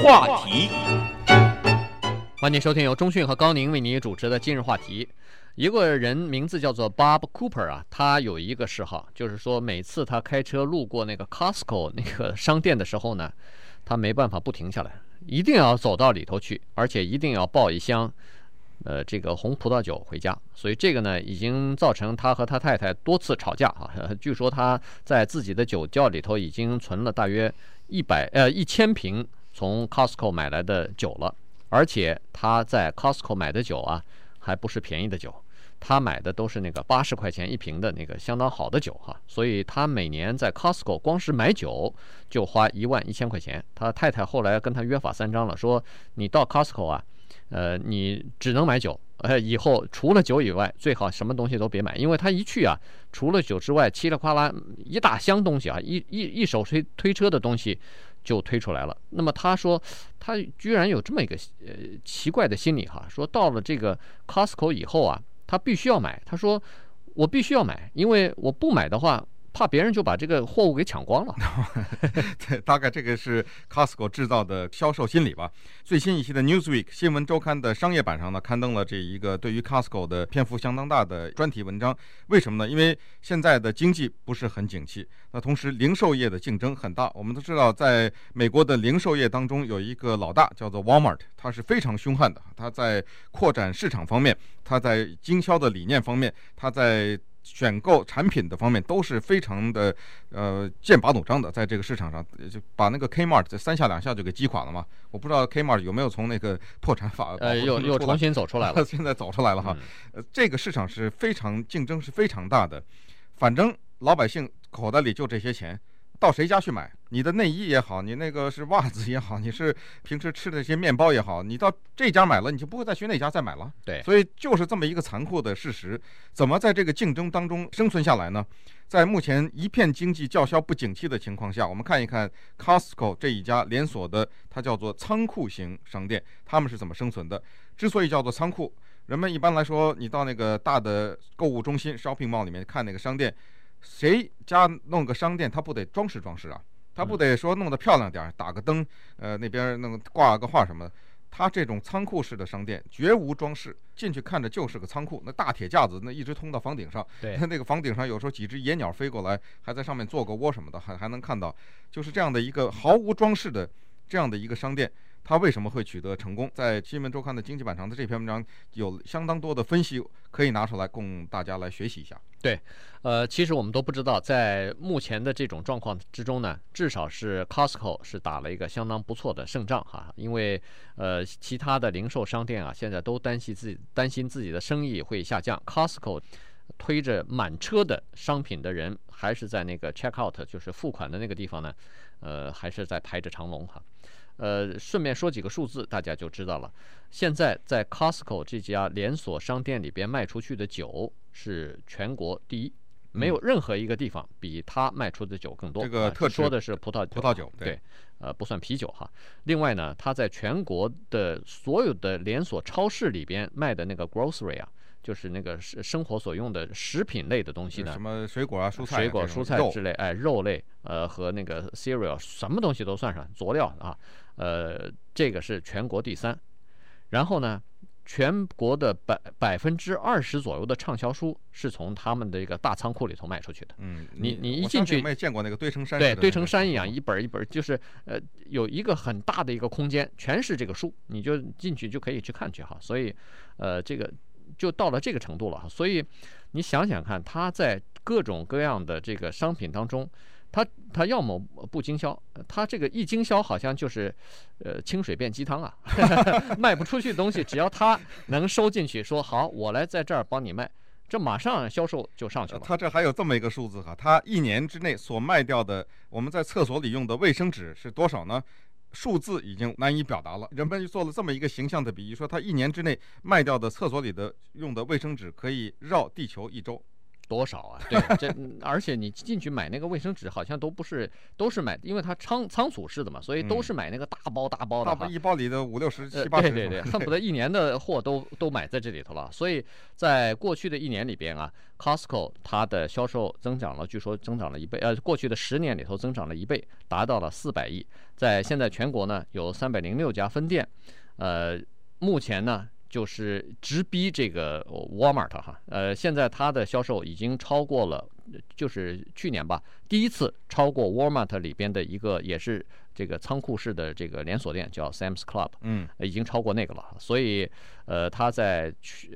话题。 欢迎收听由中讯和高宁为你主持的今日话题。一个人名字叫做 Bob Cooper 啊，他有一个嗜好，就是说每次他开车路过那个 Costco 那个商店的时候呢，他没办法不停下来，一定要走到里头去，而且一定要抱一箱这个红葡萄酒回家。所以这个呢，已经造成他和他太太多次吵架啊。据说他在自己的酒窖里头已经存了大约1000瓶从 Costco 买来的酒了。而且他在 Costco 买的酒啊，还不是便宜的酒，他买的都是那个80块钱一瓶的那个相当好的酒哈，所以他每年在 Costco 光是买酒就花11000块钱。他太太后来跟他约法三章了，说你到 Costco 啊，你只能买酒，以后除了酒以外，最好什么东西都别买，因为他一去啊，除了酒之外，稀里哗啦一大箱东西啊，一手推车的东西就推出来了。那么他说，他居然有这么一个奇怪的心理哈，说到了这个 Costco 以后啊，他必须要买。他说我必须要买，因为我不买的话，怕别人就把这个货物给抢光了。 对，大概这个是 Costco 制造的销售心理吧。最新一期的 Newsweek 新闻周刊的商业版上呢，刊登了这一个对于 Costco 的篇幅相当大的专题文章。为什么呢？因为现在的经济不是很景气，那同时零售业的竞争很大。我们都知道，在美国的零售业当中有一个老大叫做 Walmart， 它是非常凶悍的。它在扩展市场方面，它在经销的理念方面，它在选购产品的方面都是非常的剑拔弩张的，在这个市场上就把那个 Kmart 这3下2下就给击垮了嘛。我不知道 Kmart 有没有从那个破产法又重新走出来了， 现在走出来了哈。这个市场是非常竞争是非常大的，反正老百姓口袋里就这些钱，到谁家去买？你的内衣也好，你那个是袜子也好，你是平时吃的这些面包也好，你到这家买了，你就不会再去那家再买了。 对， 所以就是这么一个残酷的事实。怎么在这个竞争当中生存下来呢？在目前一片经济叫嚣不景气的情况下，我们看一看 Costco 这一家连锁的，它叫做仓库型商店，他们是怎么生存的。之所以叫做仓库，人们一般来说，你到那个大的购物中心 shopping mall 里面看那个商店，谁家弄个商店，他不得装饰装饰啊？他不得说弄得漂亮点，打个灯，那边弄挂个画什么的。他这种仓库式的商店绝无装饰，进去看着就是个仓库，那大铁架子那一直通到房顶上， 对， 那个房顶上有时候几只野鸟飞过来，还在上面做个窝什么的，还能看到，就是这样的一个毫无装饰的这样的一个商店。它为什么会取得成功？在新闻周刊的经济版上的这篇文章有相当多的分析，可以拿出来供大家来学习一下。 对，其实我们都不知道，在目前的这种状况之中呢，至少是 Costco 是打了一个相当不错的胜仗哈，因为其他的零售商店啊，现在都担心自己的生意会下降。Costco 推着满车的商品的人，还是在那个 check out 就是付款的那个地方呢，还是在排着长龙哈。顺便说几个数字，大家就知道了。现在在 Costco 这家连锁商店里边卖出去的酒是全国第一，没有任何一个地方比它卖出的酒更多。 这个特说的是葡萄酒， 对，不算啤酒哈。另外呢，它在全国的所有的连锁超市里边卖的那个 grocery 啊，就是那个生活所用的食品类的东西呢， 什么水果啊、蔬菜之类，肉类，和那个 cereal 什么东西都算上，佐料啊，这个是全国第3。然后呢，全国的20%左右的畅销书是从他们的一个大仓库里头卖出去的。你一进去， 我们也见过那个堆成山， 对，堆成山一样，一本一本，就是有一个很大的一个空间，全是这个书，你就进去就可以去看去哈。所以这个就到了这个程度了。所以你想想看，它在各种各样的这个商品当中，它要么不经销，它这个一经销好像就是清水变鸡汤啊，卖不出去的东西，只要它能收进去，说好我来在这儿帮你卖，这马上销售就上去了。 它这还有这么一个数字哈，它1年之内所卖掉的我们在厕所里用的卫生纸是多少呢？数字已经难以表达了。人们做了这么一个形象的比喻，说他1年之内卖掉的厕所里的用的卫生纸可以绕地球1周。 多少啊？对，而且你进去买那个卫生纸，好像都是买，因为它仓储式的嘛，所以都是买那个大包的哈， 一包里的50、60、70、80， 对，恨不得1年的货都买在这里头了。所以在过去的1年里边啊，Costco 它的销售增长了，据说增长了1倍，过去的10年里头增长了1倍，达到了400亿。在现在全国呢有306家分店，目前呢就是直逼这个 Walmart 哈，现在它的销售已经超过了，就是去年吧，第一次超过 Walmart 里边的一个也是这个仓库式的这个连锁店，叫 Sam's Club， 已经超过那个了。所以它在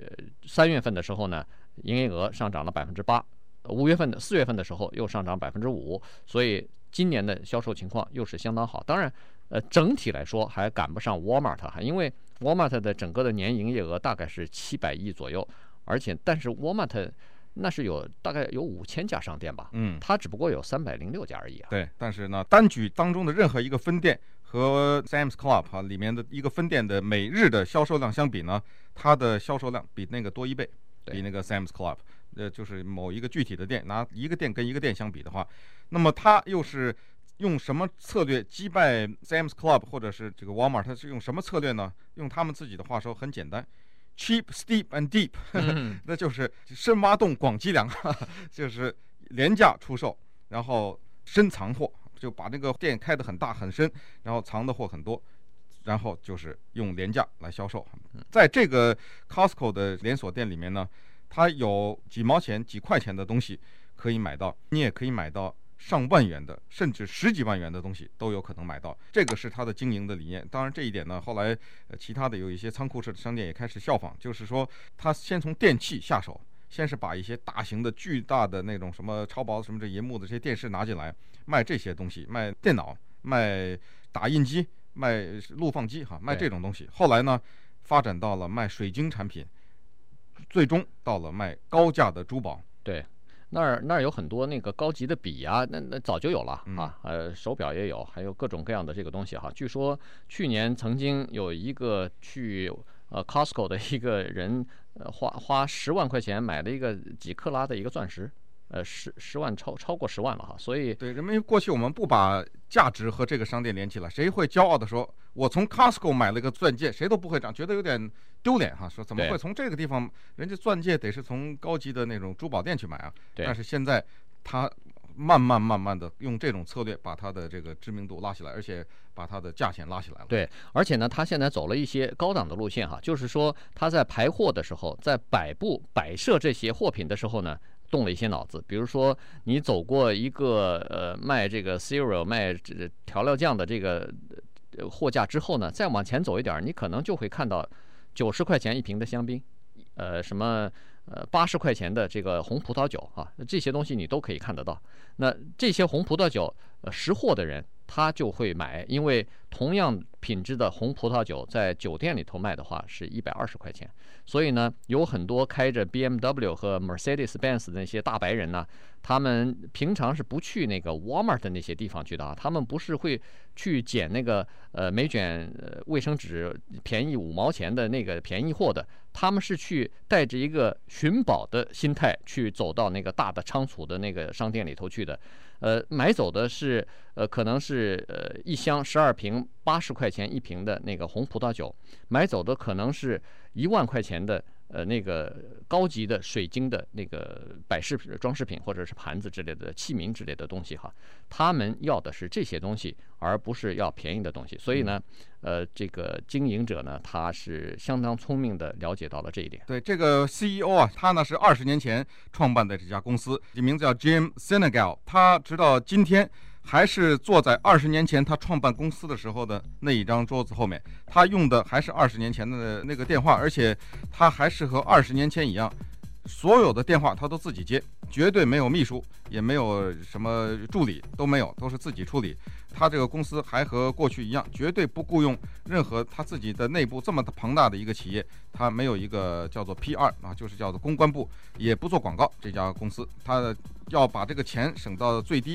3月份的时候呢，营业额上涨了8%，4月份的时候又上涨5%，所以今年的销售情况又是相当好。当然，整体来说还赶不上 Walmart 哈，因为 Walmart 的整个的年营业额大概是700亿左右，但是 Walmart 那是大概有5000家商店吧，它只不过有306家而已啊。 对，但是呢，单举当中的任何一个分店和 Sam's Club 里面的一个分店的每日的销售量相比呢，它的销售量比那个多1倍，比那个 Sam's Club，就是某一个具体的店，拿一个店跟一个店相比的话，那么它又是用什么策略击败 Sam's Club 或者是这个 Walmart？ 它是用什么策略呢？用他们自己的话说，很简单 ，cheap, steep and deep， 那就是深挖洞、广积粮，就是廉价出售，然后深藏货，就把这个店开得很大很深，然后藏的货很多，然后就是用廉价来销售。在这个 Costco 的连锁店里面呢，它有几毛钱、几块钱的东西可以买到，你也可以买到上万元的，甚至10几万元的东西都有可能买到。这个是它的经营的理念。当然这一点呢，后来其他的有一些仓库式的商店也开始效仿，就是说它先从电器下手，先是把一些大型的巨大的那种什么超薄什么这银幕的这些电视拿进来卖，这些东西卖电脑、卖打印机、卖录放机哈，卖这种东西。后来呢发展到了卖水晶产品，最终到了卖高价的珠宝。 对，那儿有很多那个高级的笔啊，那早就有了啊，手表也有，还有各种各样的这个东西哈。据说去年曾经有一个去Costco 的一个人，花10万块钱买了一个几克拉的一个钻石。10万超过10万了哈，所以对，人们过去我们不把价值和这个商店连起来，谁会骄傲的说，我从 Costco 买了个钻戒，谁都不会这样，觉得有点丢脸哈，说怎么会从这个地方，人家钻戒得是从高级的那种珠宝店去买啊。但是现在他慢慢的用这种策略把它的这个知名度拉起来，而且把它的价钱拉起来了。 对，而且呢，他现在走了一些高档的路线哈，就是说他在排货的时候，在摆设这些货品的时候呢，动了一些脑子。比如说你走过一个卖这个 cereal 卖调料酱的这个货架之后呢，再往前走一点，你可能就会看到90块钱1瓶的香槟，什么80块钱的这个红葡萄酒啊，这些东西你都可以看得到。那这些红葡萄酒识货的人他就会买，因为同样品质的红葡萄酒在酒店里头卖的话是120块钱，所以呢，有很多开着 BMW 和 Mercedes-Benz 的那些大白人呢，他们平常是不去那个 Walmart 的那些地方去的啊，他们不是会去捡那个每卷卫生纸便宜5毛钱的那个便宜货的，他们是去带着一个寻宝的心态去走到那个大的仓储的那个商店里头去的。买走的是可能是一箱12瓶80块钱1瓶的那个红葡萄酒，买走的可能是1万块钱的那个高级的水晶的那个摆饰装饰品或者是盘子之类的器皿之类的东西哈，他们要的是这些东西，而不是要便宜的东西。所以呢，这个经营者呢，他是相当聪明的了解到了这一点。 对，这个 CEO 啊，他呢是20年前创办的这家公司，名字叫 Jim Sinegal， 他直到今天还是坐在20年前他创办公司的时候的那一张桌子后面，他用的还是20年前的那个电话，而且他还是和20年前一样，所有的电话他都自己接，绝对没有秘书，也没有什么助理，都没有，都是自己处理。他这个公司还和过去一样，绝对不雇佣任何他自己的内部这么庞大的一个企业，他没有一个叫做 PR 啊，就是叫做公关部，也不做广告。这家公司他要把这个钱省到最低，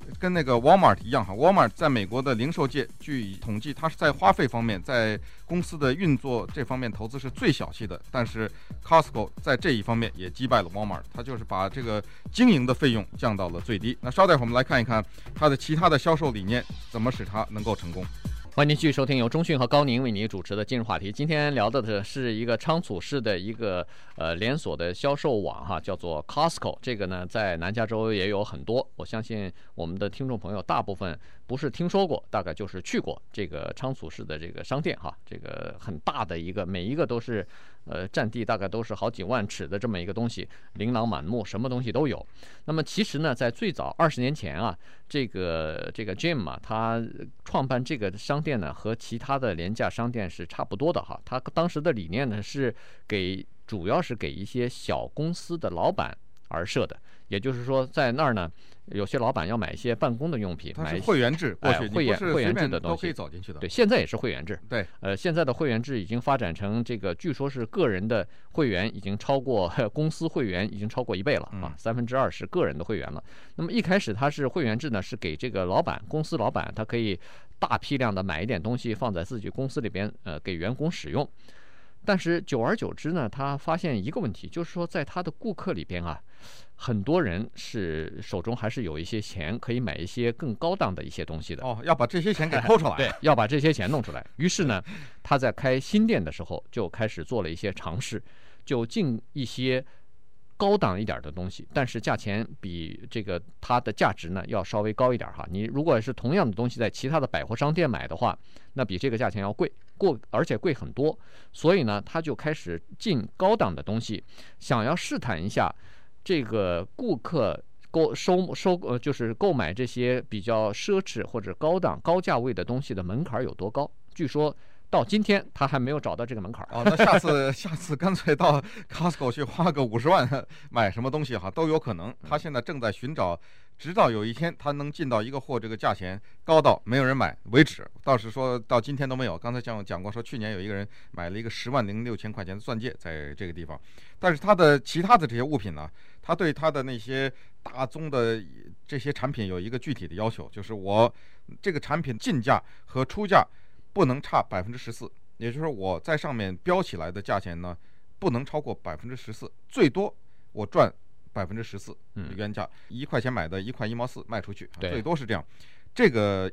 跟那个 Walmart 一样哈，Walmart 在美国的零售界，据统计，它是在花费方面，在公司的运作这方面投资是最小气的。但是 Costco 在这一方面也击败了 Walmart， 它就是把这个经营的费用降到了最低。那稍待会儿我们来看一看它的其他的销售理念怎么使它能够成功。 欢迎您继续收听由中讯和高宁为您主持的今日话题。今天聊的是一个仓储式的一个连锁的销售网哈，叫做 Costco。这个呢，在南加州也有很多。我相信我们的听众朋友大部分不是听说过，大概就是去过这个仓储式的这个商店哈。这个很大的一个，每一个都是占地大概都是好几万尺的这么一个东西，琳琅满目，什么东西都有。那么其实呢，在最早20年前啊，这个 Jim 啊，他创办这个商店呢，和其他的廉价商店是差不多的哈。他当时的理念呢，是主要是给一些小公司的老板而设的，也就是说，在那儿呢，有些老板要买一些办公的用品， 它是会员制，过去会员制的东西都可以走进去的。 对，现在也是会员制。 对， 现在的会员制已经发展成这个，据说是个人的会员已经超过公司会员已经超过1倍了啊，2%是个人的会员了。那么一开始它是会员制呢，是给这个公司老板，他可以大批量的买一点东西放在自己公司里边，给员工使用。但是久而久之呢，他发现一个问题，就是说在他的顾客里边啊，很多人是手中还是有一些钱可以买一些更高档的一些东西的。 要把这些钱给抠出来。 对，要把这些钱弄出来。于是呢，他在开新店的时候就开始做了一些尝试，就进一些高档一点的东西，但是价钱比这个它的价值呢要稍微高一点哈。你如果是同样的东西在其他的百货商店买的话，那比这个价钱要贵，而且贵很多。所以呢，他就开始进高档的东西，想要试探一下这个顾客就是购买这些比较奢侈或者高价位的东西的门槛有多高。据说到今天他还没有找到这个门槛。 那下次干脆到 Costco 去花个50万买什么东西哈都有可能。他现在正在寻找，直到有一天他能进到一个货这个价钱高到没有人买为止。倒是说到今天都没有。刚才讲过说，去年有一个人买了一个10.06万块钱的钻戒在这个地方。但是他的其他的这些物品呢，他对他的那些大宗的这些产品有一个具体的要求，就是我这个产品进价和出价不能差14%，也就是说我在上面标起来的价钱呢，不能超过14%，最多我赚14%，原价1块钱买的1块1毛4卖出去，最多是这样。这个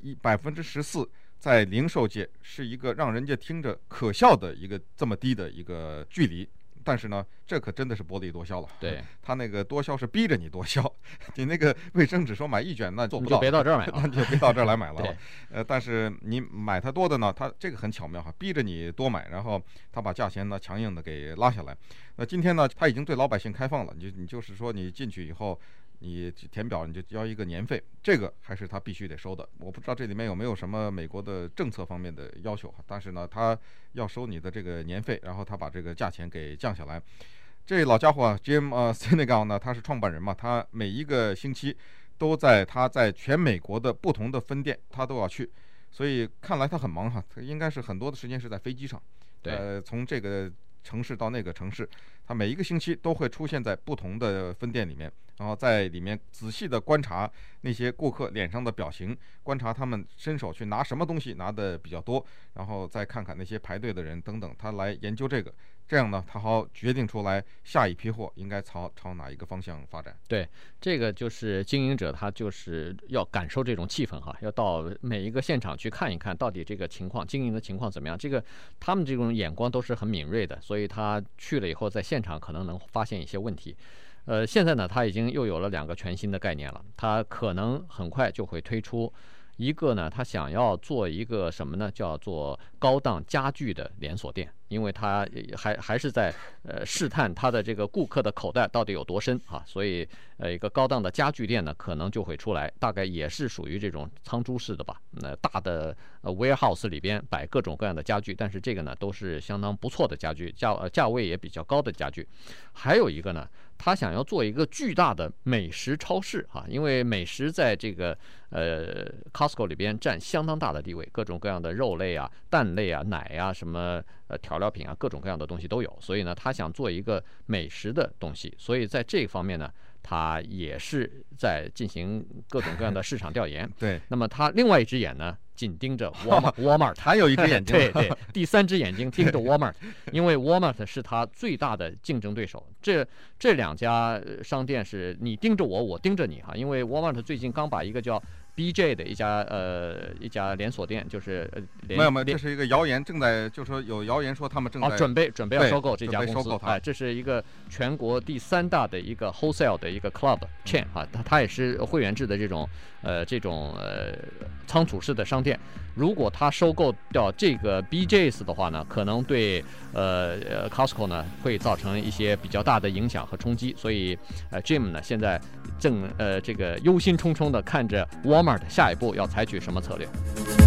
14%在零售界是一个让人家听着可笑的一个这么低的一个距离。但是呢，这可真的是薄利多销了。 对， 他那个多销是逼着你多销，你那个卫生纸说买1卷那做不到， 就别到这儿买了， 那就别到这儿来买了。但是你买它多的呢，它这个很巧妙哈，逼着你多买，然后他把价钱呢强硬的给拉下来。那今天呢，他已经对老百姓开放了，你就是说你进去以后，你填表你就交一个年费，这个还是他必须得收的。我不知道这里面有没有什么美国的政策方面的要求，但是呢，他要收你的这个年费，然后他把这个价钱给降下来。这老家伙 Jim Sinegal 呢，他是创办人嘛，他每一个星期都他在全美国的不同的分店他都要去，所以看来他很忙哈，他应该是很多的时间是在飞机上。 对， 从这个城市到那个城市，他每一个星期都会出现在不同的分店里面，然后在里面仔细的观察那些顾客脸上的表情，观察他们伸手去拿什么东西拿的比较多，然后再看看那些排队的人等等，他来研究这个。这样呢，他好决定出来下一批货应该朝哪一个方向发展。 对，这个就是经营者，他就是要感受这种气氛哈，要到每一个现场去看一看，到底这个经营的情况怎么样。这个他们这种眼光都是很敏锐的，所以他去了以后，在现场可能能发现一些问题。现在呢，他已经又有了2个全新的概念了，他可能很快就会推出。一个呢，他想要做一个什么呢？叫做高档家具的连锁店，因为他还是在试探他的这个顾客的口袋到底有多深啊，所以一个高档的家具店呢可能就会出来，大概也是属于这种仓租式的吧。大的warehouse 里边摆各种各样的家具，但是这个呢都是相当不错的家具，价位也比较高的家具。还有一个呢，他想要做一个巨大的美食超市哈，因为美食在这个Costco 里边占相当大的地位，各种各样的肉类啊、蛋类啊、奶啊、什么调料品啊，各种各样的东西都有。所以呢，他想做一个美食的东西，所以在这方面呢， 它也是在进行各种各样的市场调研。 对， 那么它另外一只眼呢，紧盯着Walmart， 还有一只眼睛。 对，第三只眼睛盯着 Walmart， 因为 Walmart 是它最大的竞争对手。这两家商店是你盯着我，我盯着你哈，因为 Walmart 最近刚把一个叫BJ 的一家连锁店，就是没有，这是一个谣言，就是说有谣言说他们正在准备要收购这家公司，这是一个全国第3大的一个 wholesale 的一个 club chain 啊，它也是会员制的这种仓储式的商店。如果它收购掉这个 BJ's 的话呢，可能对Costco 呢会造成一些比较大的影响和冲击，所以Jim 呢现在正这个忧心忡忡的看着 Walmart 下一步要采取什么策略。